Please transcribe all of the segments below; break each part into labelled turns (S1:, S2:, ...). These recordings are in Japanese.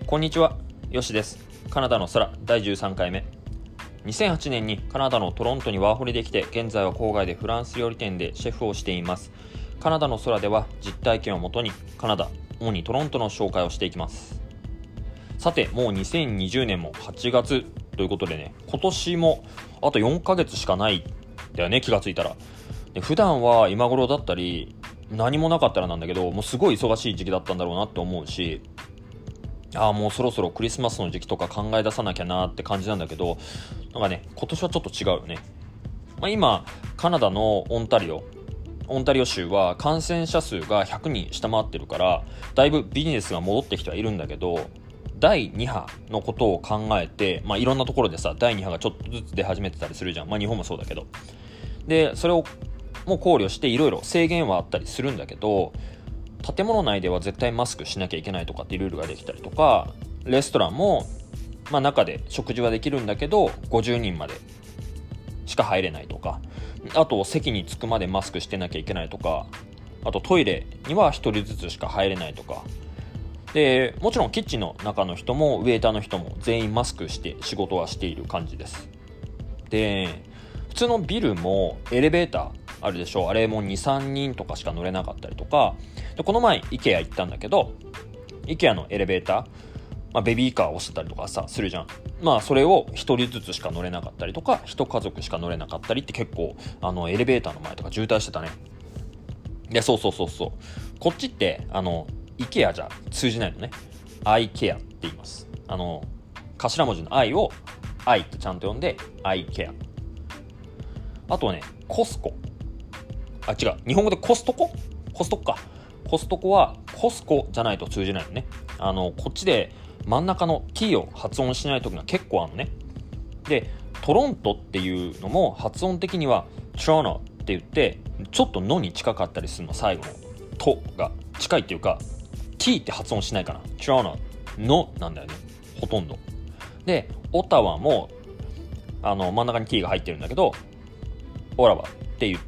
S1: こんにちは、よしです。カナダの空第13回目。2008年にカナダのトロントにワーホリできて、現在は郊外でフランス料理店でシェフをしています。カナダの空では実体験をもとにカナダ、主にトロントの紹介をしていきます。さて、もう2020年も8月ということでね、今年もあと4ヶ月しかないんだよね、気がついたら。で、普段は今頃だったり何もなかったらなんだけど、もうすごい忙しい時期だったんだろうなって思うし、もうそろそろクリスマスの時期とか考え出さなきゃなって感じなんだけど、なんかね、今年はちょっと違うよね。今カナダのオンタリオ州は感染者数が100人下回ってるから、だいぶビジネスが戻ってきてはいるんだけど、第2波のことを考えて、いろんなところでさ、第2波がちょっとずつ出始めてたりするじゃん。日本もそうだけど。で、それをもう考慮していろいろ制限はあったりするんだけど、建物内では絶対マスクしなきゃいけないとかっていうルールができたりとか、レストランも、中で食事はできるんだけど50人までしか入れないとか、あと席に着くまでマスクしてなきゃいけないとか、あとトイレには1人ずつしか入れないとかで、もちろんキッチンの中の人もウェイターの人も全員マスクして仕事はしている感じです。で、普通のビルもエレベーターあるでしょ。あれも 2,3 人とかしか乗れなかったりとかで、この前 IKEA 行ったんだけど、 IKEA のエレベーター、ベビーカーを押してたりとかさするじゃん。それを1人ずつしか乗れなかったりとか、1家族しか乗れなかったりって、結構エレベーターの前とか渋滞してたね。で、そうこっちってIKEA じゃ通じないのね。IKEA って言います。頭文字の I を I ってちゃんと読んで IKEA。 あとはね、コスコ、違う、日本語でコストコか。コストコはコスコじゃないと通じないのね。こっちで真ん中の T を発音しない時が結構あるのね。で、トロントっていうのも発音的にはトロノって言って、ちょっとのに近かったりするの。最後のとが近いっていうか、 T って発音しないかな。トロノのなんだよね、ほとんど。で、オタワも真ん中に T が入ってるんだけど、オラワって言って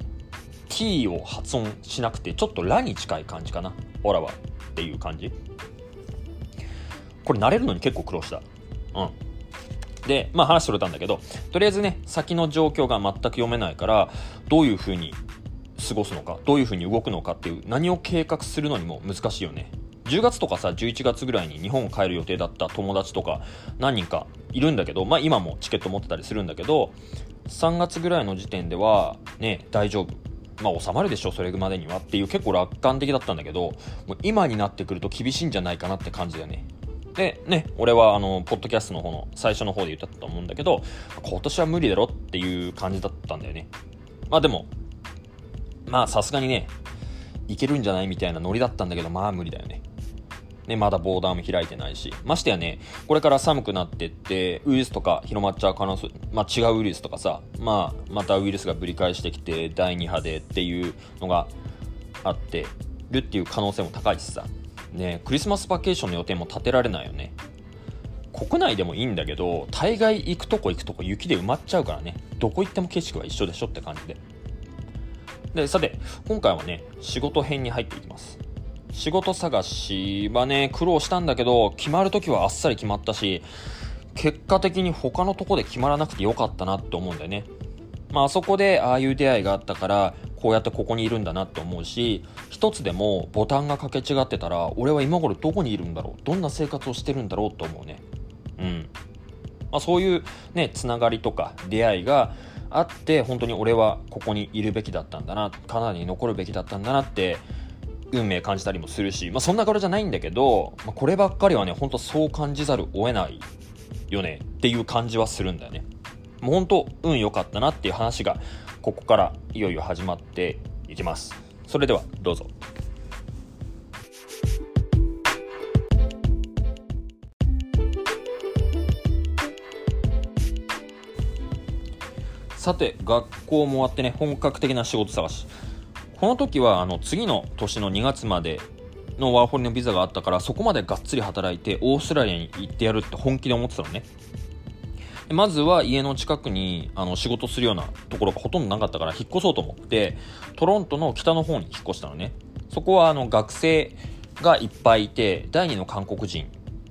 S1: T を発音しなくて、ちょっとラに近い感じかな。オラワっていう感じ。これ慣れるのに結構苦労した。で、話それたんだけど、とりあえずね、先の状況が全く読めないから、どういう風に過ごすのか、どういう風に動くのかっていう、何を計画するのにも難しいよね。10月とかさ、11月ぐらいに日本帰る予定だった友達とか何人かいるんだけど、今もチケット持ってたりするんだけど、3月ぐらいの時点ではね、大丈夫、収まるでしょそれまでにはっていう、結構楽観的だったんだけど、もう今になってくると厳しいんじゃないかなって感じだよね。でね、俺はポッドキャストの方の最初の方で言ったと思うんだけど、今年は無理だろっていう感じだったんだよね。でもさすがにね、いけるんじゃないみたいなノリだったんだけど、無理だよね。まだボーダーも開いてないし、ましてやね、これから寒くなってってウイルスとか広まっちゃう可能性、違うウイルスとかさ、またウイルスがぶり返してきて第2波でっていうのがあってるっていう可能性も高いしさね。クリスマスバケーションの予定も立てられないよね。国内でもいいんだけど、大概行くとこ雪で埋まっちゃうからね。どこ行っても景色は一緒でしょって感じで。さて、今回はね、仕事編に入っていきます。仕事探しはね、苦労したんだけど、決まるときはあっさり決まったし、結果的に他のとこで決まらなくてよかったなって思うんだよね。あそこでああいう出会いがあったから、こうやってここにいるんだなって思うし、一つでもボタンが掛け違ってたら、俺は今頃どこにいるんだろう、どんな生活をしてるんだろうと思うね。そういうね、つながりとか出会いがあって、本当に俺はここにいるべきだったんだな、カナダに残るべきだったんだなって運命感じたりもするし、そんなからじゃないんだけど、こればっかりはね、本当そう感じざるを得ないよねっていう感じはするんだよね。もう本当運良かったなっていう話がここからいよいよ始まっていきます。それではどうぞ。さて、学校も終わってね、本格的な仕事探し。この時は次の年の2月までのワーホリのビザがあったから、そこまでがっつり働いてオーストラリアに行ってやるって本気で思ってたのね。まずは家の近くに仕事するようなところがほとんどなかったから、引っ越そうと思ってトロントの北の方に引っ越したのね。そこは学生がいっぱいいて、第二の韓国人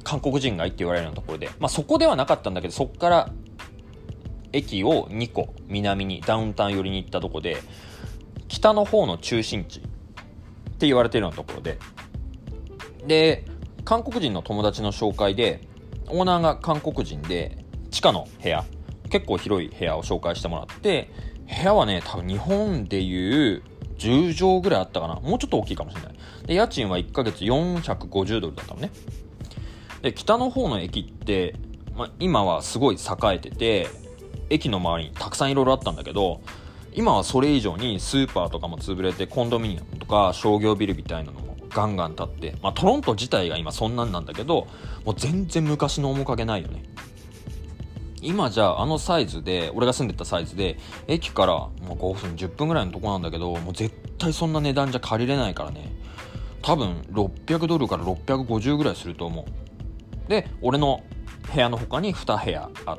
S1: 韓国人街って言われるようなところで、そこではなかったんだけど、そこから駅を2個南にダウンタウン寄りに行ったところで、北の方の中心地って言われてるようなところで、韓国人の友達の紹介で、オーナーが韓国人で地下の部屋、結構広い部屋を紹介してもらって、部屋はね、多分日本でいう10畳ぐらいあったかな、もうちょっと大きいかもしれない。で、家賃は1ヶ月450ドルだったのね。で、北の方の駅って、今はすごい栄えてて、駅の周りにたくさんいろいろあったんだけど、今はそれ以上にスーパーとかも潰れて、コンドミニアムとか商業ビルみたいなのもガンガン建って、トロント自体が今そんなんなんだけど、もう全然昔の面影ないよね。今じゃあ、あのサイズで、俺が住んでたサイズで、駅からもう5分10分ぐらいのとこなんだけど、もう絶対そんな値段じゃ借りれないからね。多分600ドルから650ぐらいすると思う。で、俺の部屋の他に2部屋あって、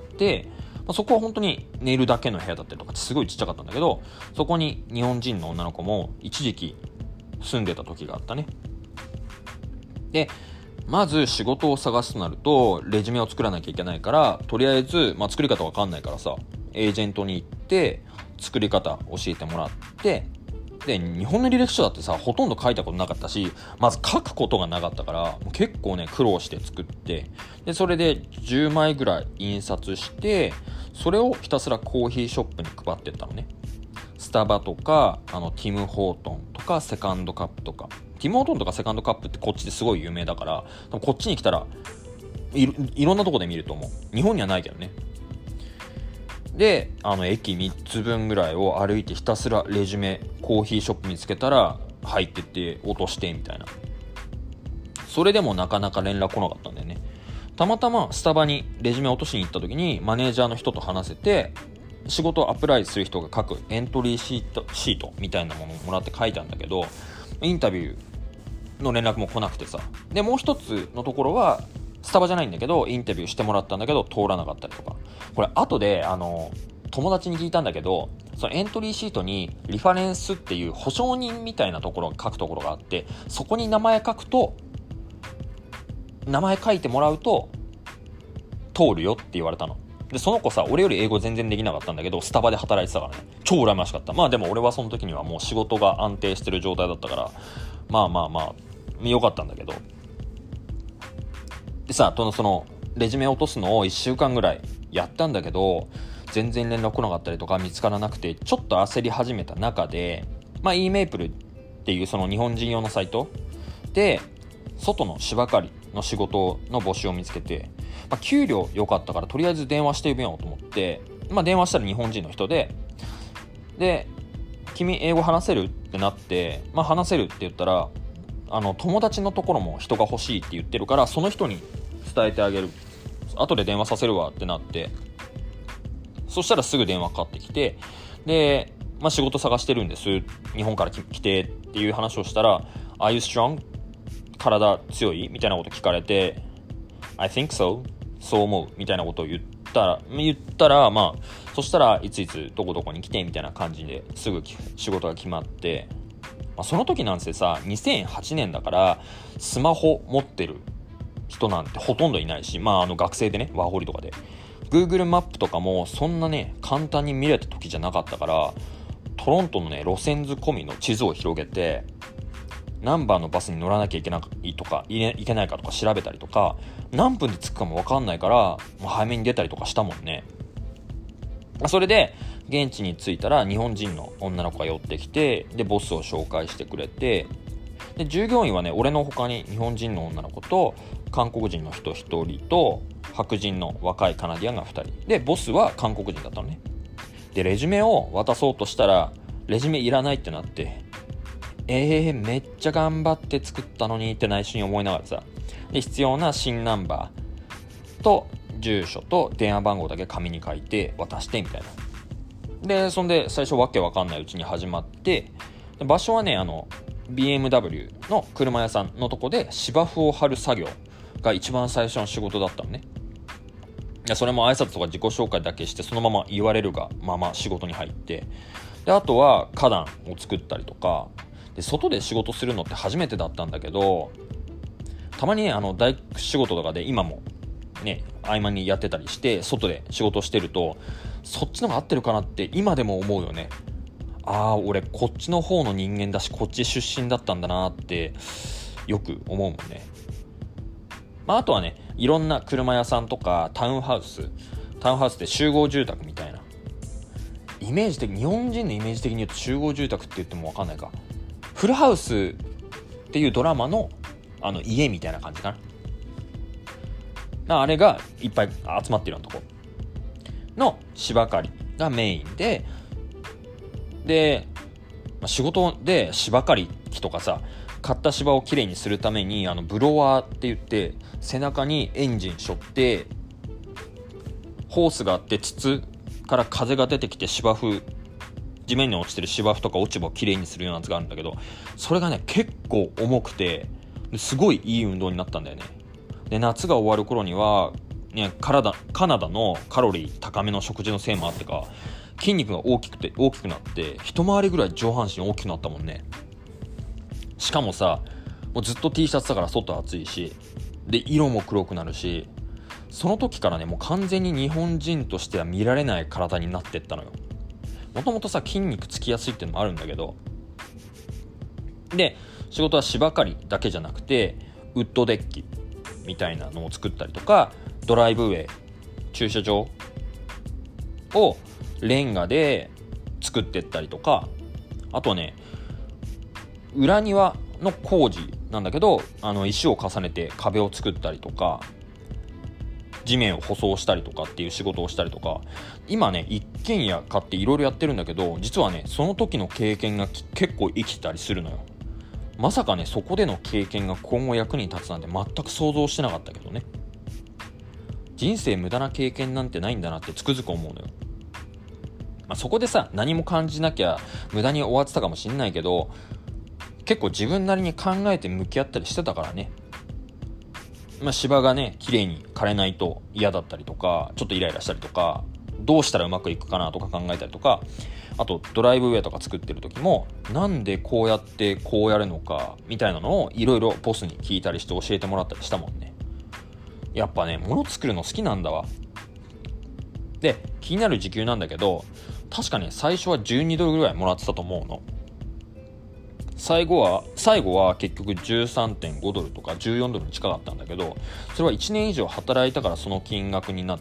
S1: そこは本当に寝るだけの部屋だったりとか、すごいちっちゃかったんだけど、そこに日本人の女の子も一時期住んでた時があったね。で、まず仕事を探すとなるとレジュメを作らなきゃいけないから、とりあえず、作り方わかんないからさ、エージェントに行って作り方教えてもらって、で、日本の履歴書だってさ、ほとんど書いたことなかったし、まず書くことがなかったから、結構ね苦労して作って、でそれで10枚ぐらい印刷して、それをひたすらコーヒーショップに配ってったのね。スタバとかティム・ホートンとかセカンドカップとか、ティム・ホートンとかセカンドカップってこっちですごい有名だから、こっちに来たらいろんなとこで見ると思う。日本にはないけどね。で、駅3つ分ぐらいを歩いて、ひたすらレジュメ、コーヒーショップ見つけたら入ってって落としてみたいな。それでもなかなか連絡来なかったんだよね。たまたまスタバにレジュメ落としに行った時に、マネージャーの人と話せて、仕事をアプライする人が書くエントリーシートみたいなものをもらって書いたんだけど、インタビューの連絡も来なくてさ。で、もう一つのところはスタバじゃないんだけど、インタビューしてもらったんだけど通らなかったりとか。これ後で友達に聞いたんだけど、そのエントリーシートにリファレンスっていう保証人みたいなところが書くところがあって、そこに名前書いてもらうと通るよって言われたの。で、その子さ、俺より英語全然できなかったんだけど、スタバで働いてたからね、超羨ましかった。でも俺はその時にはもう仕事が安定してる状態だったから、良かったんだけど。でさ、そのレジュメ落とすのを1週間ぐらいやったんだけど、全然連絡来なかったりとか見つからなくて、ちょっと焦り始めた中で、eMaple っていうその日本人用のサイトで外の芝刈りの仕事の募集を見つけて、給料良かったからとりあえず電話してみようと思って、電話したら日本人の人で、君英語話せるってなって、話せるって言ったら、友達のところも人が欲しいって言ってるから、その人に伝えてあげる、後で電話させるわってなって、そしたらすぐ電話かかってきて、で、仕事探してるんです、日本から来てっていう話をしたら、 Are you strong? 体強いみたいなこと聞かれて、 I think so そう思うみたいなことを言ったら、そしたらいついつどこどこに来てみたいな感じですぐ仕事が決まって、その時なんてさ、2008年だからスマホ持ってる人なんてほとんどいないし、学生でね、ワーホリとかで Google マップとかもそんなね簡単に見れた時じゃなかったから、トロントのね路線図込みの地図を広げて、何番のバスに乗らなきゃいけないとかいけないかとか調べたりとか、何分で着くかも分かんないからもう早めに出たりとかしたもんね。それで現地に着いたら日本人の女の子が寄ってきて、でボスを紹介してくれて、で従業員はね、俺の他に日本人の女の子と韓国人の人1人と白人の若いカナディアンが2人で、ボスは韓国人だったのね。でレジュメを渡そうとしたら、レジュメいらないってなって、めっちゃ頑張って作ったのにって内心思いながらさ、で必要な新ナンバーと住所と電話番号だけ紙に書いて渡してみたいな。でそんで最初わけわかんないうちに始まって、場所はねBMW の車屋さんのとこで芝生を張る作業が一番最初の仕事だったのね。それも挨拶とか自己紹介だけして、そのまま言われるがまま仕事に入って、であとは花壇を作ったりとかで、外で仕事するのって初めてだったんだけど、 たまにね大工仕事とかで今もね合間にやってたりして外で仕事してると、そっちのが合ってるかなって今でも思うよね。俺こっちの方の人間だしこっち出身だったんだなってよく思うもんね。あとはね、いろんな車屋さんとかタウンハウスって集合住宅みたいなイメージ的、日本人のイメージ的に言うと集合住宅って言っても分かんないか、フルハウスっていうドラマの家みたいな感じかな。あれがいっぱい集まってるようなとこの芝刈りがメインで、仕事で芝刈り機とかさ、買った芝をきれいにするためにブロワーって言って背中にエンジン背負ってホースがあって、筒から風が出てきて芝生、地面に落ちてる芝生とか落ち葉をきれいにするようなやつがあるんだけど、それがね結構重くてすごいいい運動になったんだよね。で夏が終わる頃には、ね、カナダのカロリー高めの食事のせいもあってか筋肉が大きくなって一回りぐらい上半身大きくなったもんね。しかもさ、もうずっと T シャツだから外暑いし、で色も黒くなるし、その時からねもう完全に日本人としては見られない体になってったのよ。もともとさ筋肉つきやすいっていうのもあるんだけど、で仕事は芝刈りだけじゃなくてウッドデッキみたいなのを作ったりとか、ドライブウェイ、駐車場をレンガで作ってったりとか、あとね裏庭の工事なんだけど石を重ねて壁を作ったりとか、地面を舗装したりとかっていう仕事をしたりとか、今ね一軒家買っていろいろやってるんだけど、実はねその時の経験が結構生きたりするのよ。まさかねそこでの経験が今後役に立つなんて全く想像してなかったけどね。人生無駄な経験なんてないんだなってつくづく思うのよ。そこでさ何も感じなきゃ無駄に終わってたかもしんないけど、結構自分なりに考えて向き合ったりしてたからね。芝がね綺麗に枯れないと嫌だったりとか、ちょっとイライラしたりとか、どうしたらうまくいくかなとか考えたりとか、あとドライブウェイとか作ってる時もなんでこうやってこうやるのかみたいなのをいろいろボスに聞いたりして教えてもらったりしたもんね。やっぱね物作るの好きなんだわ。で気になる時給なんだけど、確かね最初は12ドルぐらいもらってたと思うの。最後は結局 13.5 ドルとか14ドルに近かったんだけど、それは1年以上働いたからその金額になって、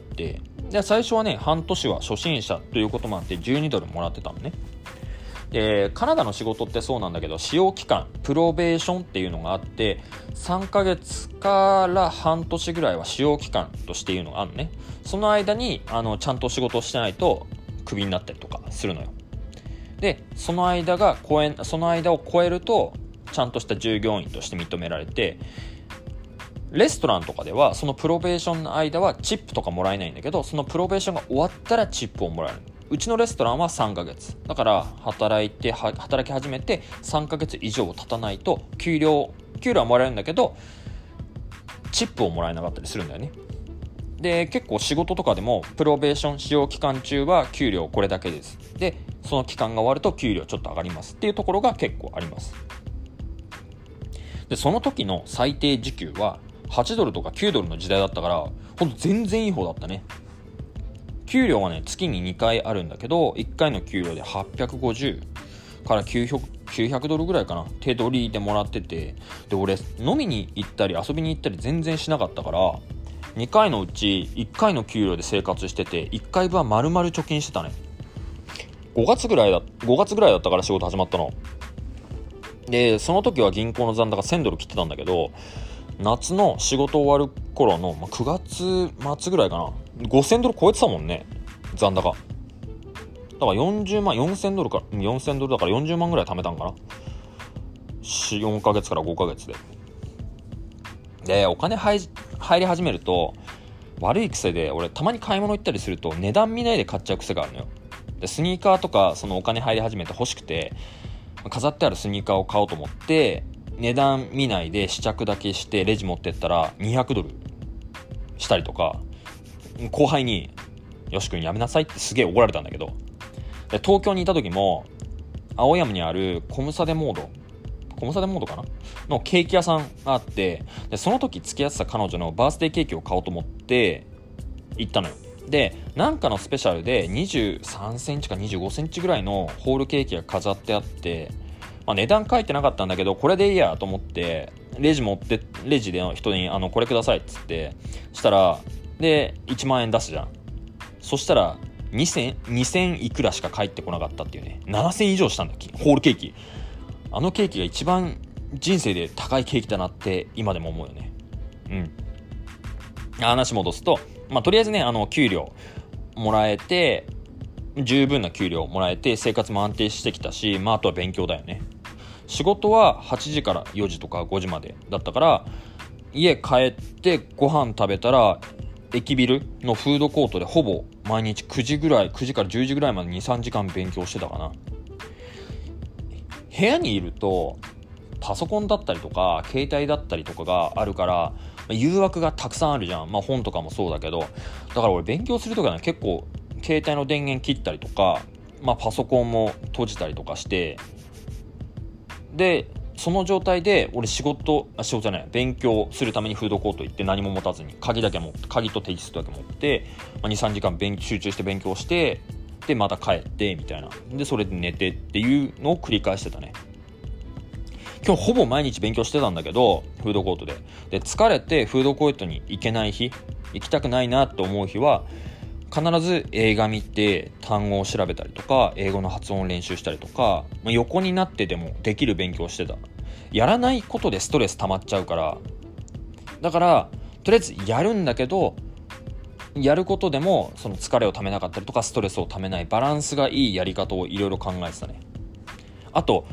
S1: で最初はね半年は初心者ということもあって12ドルもらってたのね。でカナダの仕事ってそうなんだけど、使用期間プロベーションっていうのがあって、3ヶ月から半年ぐらいは使用期間としていうのがあるのね。その間にちゃんと仕事をしてないとクビになったりとかするのよ。でその間を超えるとちゃんとした従業員として認められて、レストランとかではそのプロベーションの間はチップとかもらえないんだけど、そのプロベーションが終わったらチップをもらえる。うちのレストランは3ヶ月だから、働き始めて3ヶ月以上経たないと給料はもらえるんだけどチップをもらえなかったりするんだよね。で結構仕事とかでもプロベーション使用期間中は給料これだけです、でその期間が終わると給料ちょっと上がりますっていうところが結構あります。でその時の最低時給は8ドルとか9ドルの時代だったから、ほんと全然いい方だったね。給料はね月に2回あるんだけど、1回の給料で850から900ドルぐらいかな、手取りでもらってて、で俺飲みに行ったり遊びに行ったり全然しなかったから、2回のうち1回の給料で生活してて、1回分は丸々貯金してたね。5月ぐらいだったから仕事始まったので、その時は銀行の残高1000ドル切ってたんだけど、夏の仕事終わる頃の、9月末ぐらいかな、5000ドル超えてたもんね、残高だから40万4000ドルだから40万ぐらい貯めたんかな、4ヶ月から5ヶ月でお金入り始めると悪い癖で、俺たまに買い物行ったりすると値段見ないで買っちゃう癖があるのよ。でスニーカーとかそのお金入り始めて欲しくて飾ってあるスニーカーを買おうと思って値段見ないで試着だけしてレジ持ってったら200ドルしたりとか、後輩によし君やめなさいってすげえ怒られたんだけど、で東京にいた時も青山にあるコムサデモード、 コモサデモードかなのケーキ屋さんがあって、でその時付き合ってた彼女のバースデーケーキを買おうと思って行ったのよ。でなんかのスペシャルで23センチか25センチぐらいのホールケーキが飾ってあって、値段書いてなかったんだけどこれでいいやと思ってレジでの人にこれくださいっつってしたら、で1万円出すじゃん。そしたら2000いくらしか返ってこなかったっていうね。7000以上したんだホールケーキ。あのケーキが一番人生で高いケーキだなって今でも思うよね。話戻すと、とりあえずね給料もらえて、十分な給料もらえて生活も安定してきたし、あとは勉強だよね。仕事は8時から4時とか5時までだったから、家帰ってご飯食べたら駅ビルのフードコートでほぼ毎日9時から10時ぐらいまで 2,3 時間勉強してたかな。部屋にいるとパソコンだったりとか携帯だったりとかがあるから誘惑がたくさんあるじゃん。本とかもそうだけど、だから俺勉強するときはね結構携帯の電源切ったりとか、パソコンも閉じたりとかして、でその状態で俺勉強するためにフードコート行って何も持たずに鍵とテキストだけ持って、2,3 時間集中して勉強して、でまた帰ってみたいな、でそれで寝てっていうのを繰り返してたね。今日ほぼ毎日勉強してたんだけどフードコートで疲れてフードコートに行けない日、行きたくないなと思う日は必ず映画見て単語を調べたりとか英語の発音を練習したりとか、横になってでもできる勉強をしてた。やらないことでストレス溜まっちゃうから、だからとりあえずやるんだけど、やることでもその疲れをためなかったりとかストレスをためないバランスがいいやり方をいろいろ考えてたね。あと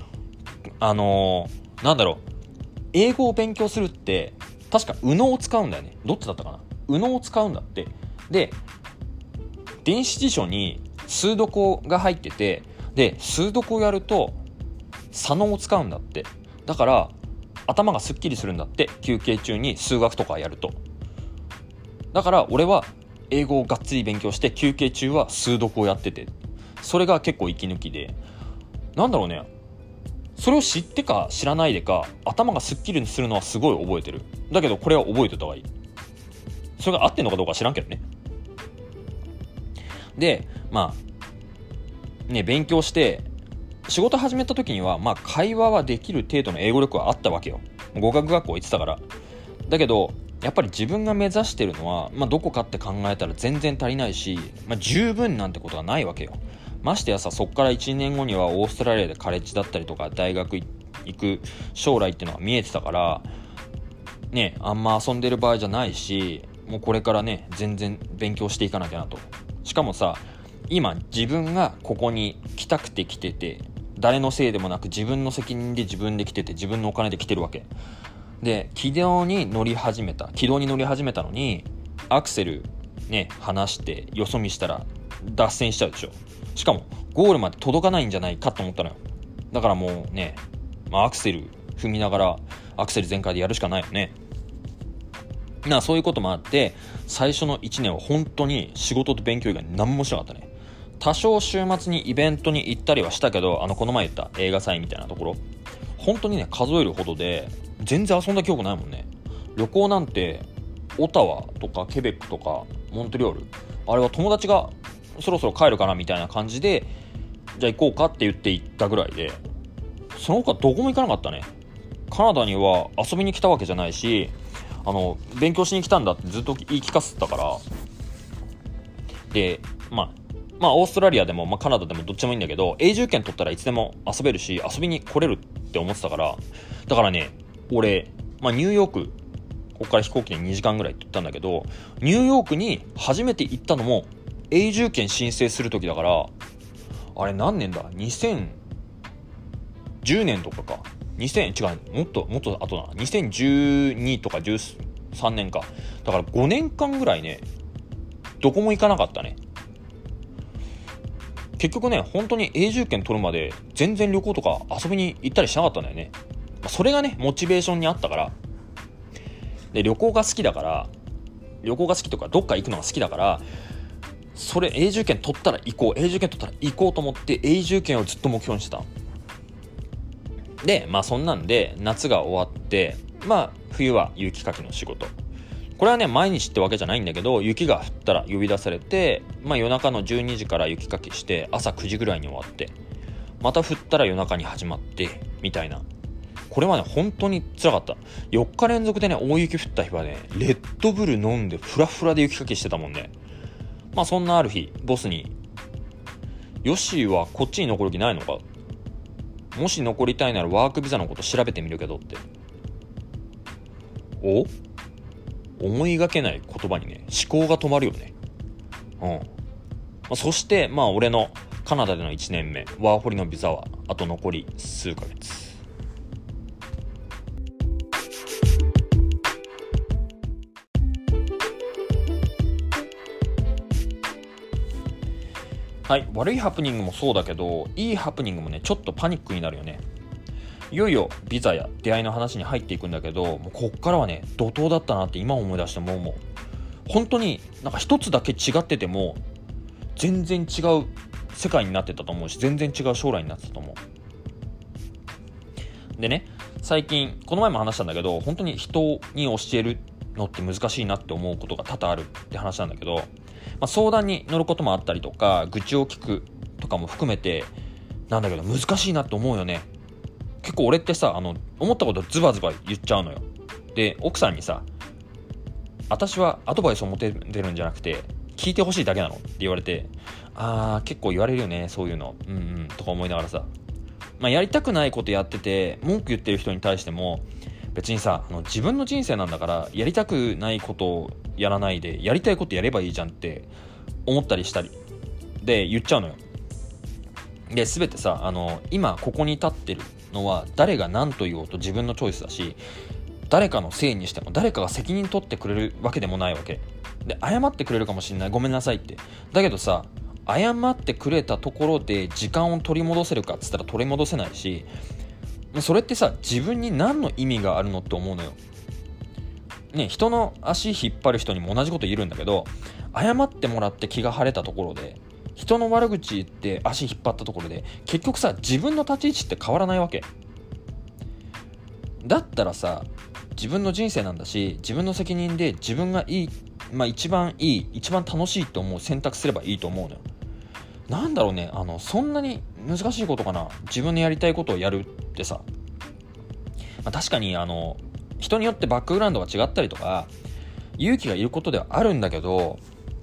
S1: 英語を勉強するって確か右脳を使うんだよね。どっちだったかな。右脳を使うんだって。で電子辞書に数読が入ってて、で数読をやると左脳を使うんだって。だから頭がすっきりするんだって、休憩中に数学とかやると。だから俺は英語をがっつり勉強して休憩中は数読をやってて、それが結構息抜きで、それを知ってか知らないでか頭がすっきりするのはすごい覚えてる。だけどこれは覚えてた方がいい。それが合ってんのかどうか知らんけどね。で勉強して仕事始めた時には会話はできる程度の英語力はあったわけよ。語学学校行ってたから。だけどやっぱり自分が目指してるのは、どこかって考えたら全然足りないし、十分なんてことはないわけよ。ましてやそっから 1,2 年後にはオーストラリアでカレッジだったりとか大学行く将来っていうのが見えてたからね、あんま遊んでる場合じゃないし、もうこれからね全然勉強していかなきゃなと。しかもさ、今自分がここに来たくて来てて、誰のせいでもなく自分の責任で自分で来てて、自分のお金で来てるわけで、軌道に乗り始めたのにアクセルね離してよそ見したら脱線しちゃうでしょ。しかもゴールまで届かないんじゃないかと思ったのよ。だからもうね、アクセル踏みながらアクセル全開でやるしかないよね。そういうこともあって最初の1年は本当に仕事と勉強以外何もしなかったね。多少週末にイベントに行ったりはしたけど、この前言った映画祭みたいなところ本当にね数えるほどで全然遊んだ記憶ないもんね。旅行なんてオタワとかケベックとかモントリオール、あれは友達がそろそろ帰るかなみたいな感じでじゃあ行こうかって言って行ったぐらいで、その他どこも行かなかったね。カナダには遊びに来たわけじゃないし、勉強しに来たんだってずっと言い聞かせてたから。でオーストラリアでも、カナダでもどっちもいいんだけど、永住権取ったらいつでも遊べるし遊びに来れるって思ってたから、だからね俺、ニューヨークここから飛行機で2時間ぐらいって言ったんだけど、ニューヨークに初めて行ったのも永住権申請する時だから、あれ何年だ、2010年とかか、もっと後だな、2012とか13年か。だから5年間ぐらいねどこも行かなかったね。結局ね本当に永住権取るまで全然旅行とか遊びに行ったりしなかったんだよね。それがねモチベーションにあったから。で旅行が好きとかどっか行くのが好きだから、それ永住権取ったら行こうと思って永住権をずっと目標にしてた。 でそんなんで夏が終わって、冬は雪かきの仕事。これはね毎日ってわけじゃないんだけど、雪が降ったら呼び出されて、夜中の12時から雪かきして朝9時ぐらいに終わって、また降ったら夜中に始まってみたいな。これはね本当に辛かった。4日連続でね大雪降った日はね、レッドブル飲んでフラフラで雪かきしてたもんね。そんなある日、ボスにヨッシーはこっちに残る気ないのか、もし残りたいならワークビザのこと調べてみるけどって。思いがけない言葉にね思考が止まるよね。そして俺のカナダでの1年目ワーホリのビザはあと残り数ヶ月。はい、悪いハプニングもそうだけど、いいハプニングもねちょっとパニックになるよね。いよいよビザや出会いの話に入っていくんだけど、もうこっからはね怒涛だったなって今思い出しても本当に一つだけ違ってても全然違う世界になってたと思うし、全然違う将来になってたと思う。でね、最近この前も話したんだけど、本当に人に教えるのって難しいなって思うことが多々あるって話なんだけど、相談に乗ることもあったりとか愚痴を聞くとかも含めてなんだけど難しいなって思うよね。結構俺ってさ思ったことズバズバ言っちゃうのよ。で奥さんにさ、私はアドバイスを求めてるんじゃなくて聞いてほしいだけなのって言われて、結構言われるよねそういうのとか思いながらさ、やりたくないことやってて文句言ってる人に対しても別にさ自分の人生なんだからやりたくないことをやらないでやりたいことやればいいじゃんって思ったりしたりで言っちゃうのよ。で全てさ今ここに立ってるのは誰が何と言おうと自分のチョイスだし、誰かのせいにしても誰かが責任取ってくれるわけでもないわけで、謝ってくれるかもしれない、ごめんなさいって。だけどさ謝ってくれたところで時間を取り戻せるかっつったら取り戻せないし、それってさ自分に何の意味があるのって思うのよね。人の足引っ張る人にも同じこと言えるんだけど、謝ってもらって気が晴れたところで人の悪口言って足引っ張ったところで結局さ自分の立ち位置って変わらないわけだったらさ、自分の人生なんだし自分の責任で自分がいい、一番いい一番楽しいと思う選択すればいいと思うのよ。なんだろうね、そんなに難しいことかな、自分のやりたいことをやるってさ。確かに人によってバックグラウンドが違ったりとか勇気がいることではあるんだけど、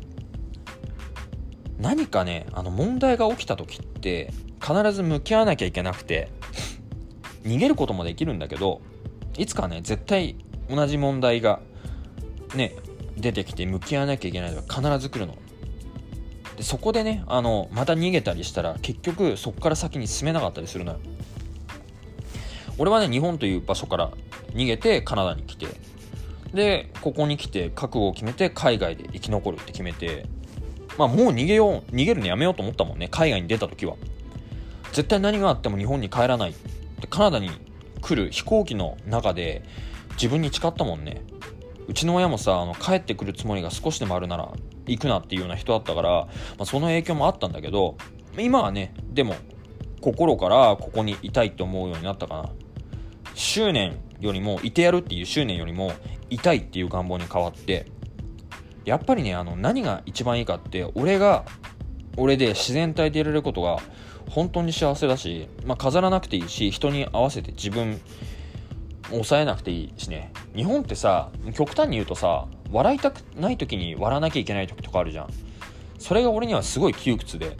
S1: 何かね問題が起きた時って必ず向き合わなきゃいけなくて逃げることもできるんだけど、いつかね絶対同じ問題がね出てきて向き合わなきゃいけないのが必ず来るので、そこでねまた逃げたりしたら結局そこから先に進めなかったりするのよ。俺はね日本という場所から逃げてカナダに来て、でここに来て覚悟を決めて海外で生き残るって決めて、もう逃げるのやめようと思ったもんね。海外に出た時は絶対何があっても日本に帰らないってカナダに来る飛行機の中で自分に誓ったもんね。うちの親もさ帰ってくるつもりが少しでもあるなら行くなっていうような人だったから、その影響もあったんだけど、今はねでも心からここにいたいって思うようになったかな。執念よりもいてやるっていう執念よりもいたいっていう願望に変わって、やっぱりね何が一番いいかって俺で自然体でいられることが本当に幸せだし、飾らなくていいし人に合わせて自分抑えなくていいしね。日本ってさ極端に言うとさ笑いたくない時に笑わなきゃいけない時とかあるじゃん。それが俺にはすごい窮屈で、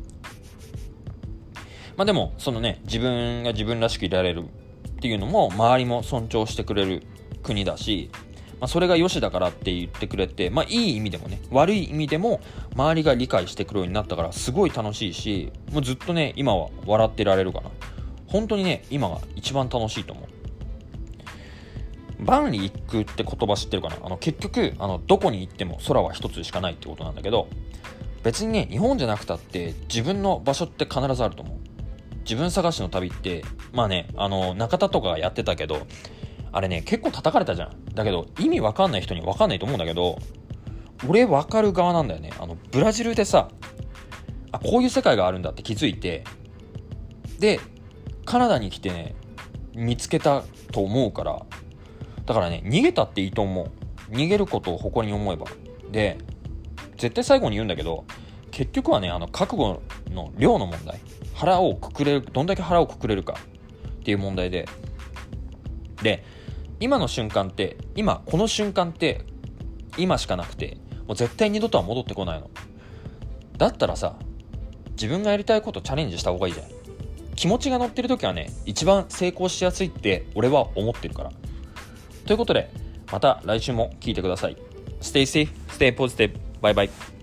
S1: でもそのね自分が自分らしくいられるっていうのも周りも尊重してくれる国だし、それが良しだからって言ってくれて、いい意味でもね悪い意味でも周りが理解してくるようになったからすごい楽しいし、もうずっとね今は笑ってられるかな。本当にね今が一番楽しいと思う。万里一空って言葉知ってるかな。結局どこに行っても空は一つしかないってことなんだけど、別にね日本じゃなくたって自分の場所って必ずあると思う。自分探しの旅って中田とかがやってたけど、あれね結構叩かれたじゃん。だけど意味わかんない人にはわかんないと思うんだけど、俺わかる側なんだよね。ブラジルでさこういう世界があるんだって気づいて、でカナダに来てね見つけたと思うから、だからね、逃げたっていいと思う。逃げることを誇りに思えば。で、絶対最後に言うんだけど、結局はね、覚悟の量の問題、どんだけ腹をくくれるかっていう問題で、今の瞬間って、この瞬間って今しかなくて、もう絶対二度とは戻ってこないの。だったらさ、自分がやりたいことチャレンジした方がいいじゃん。気持ちが乗ってる時はね、一番成功しやすいって俺は思ってるから。ということで、また来週も聞いてください。Stay safe, stay positive. Bye bye.